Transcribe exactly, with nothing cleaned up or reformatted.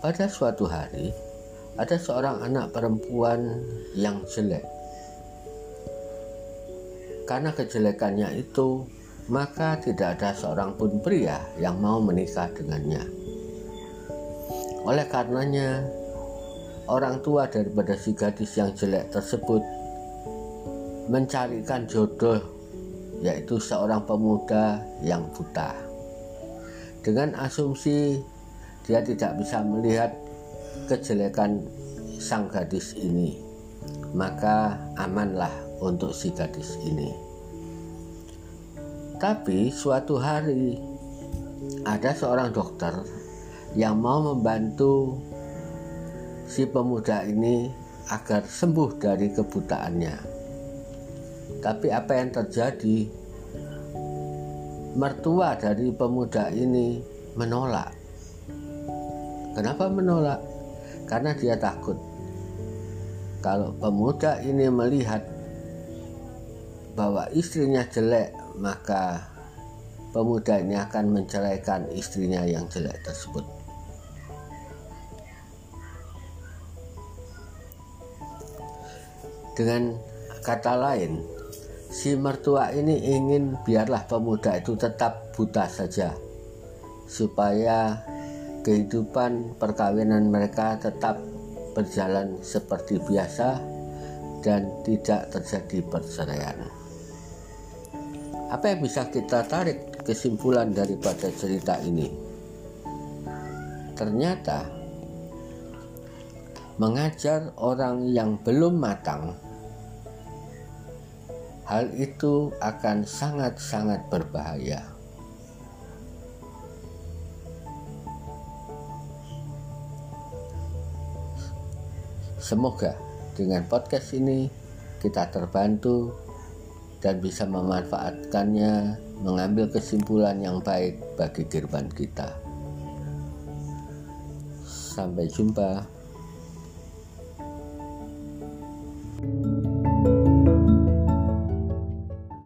Pada suatu hari, ada seorang anak perempuan yang jelek. Karena kejelekannya itu, maka tidak ada seorang pun pria yang mau menikah dengannya. Oleh karenanya, orang tua daripada si gadis yang jelek tersebut mencarikan jodoh, yaitu seorang pemuda yang buta. Dengan asumsi dia tidak bisa melihat kejelekan sang gadis ini, maka amanlah untuk si gadis ini. Tapi suatu hari ada seorang dokter yang mau membantu si pemuda ini agar sembuh dari kebutaannya. Tapi apa yang terjadi? Mertua dari pemuda ini menolak. Kenapa menolak? Karena dia takut kalau pemuda ini melihat bahwa istrinya jelek, maka pemuda ini akan menceraikan istrinya yang jelek tersebut. Dengan kata lain, si mertua ini ingin biarlah pemuda itu tetap buta saja, supaya kehidupan perkawinan mereka tetap berjalan seperti biasa dan tidak terjadi perceraian. Apa yang bisa kita tarik kesimpulan daripada cerita ini? Ternyata mengajar orang yang belum matang, hal itu akan sangat-sangat berbahaya. Semoga dengan podcast ini kita terbantu dan bisa memanfaatkannya, mengambil kesimpulan yang baik bagi kehidupan kita. Sampai jumpa.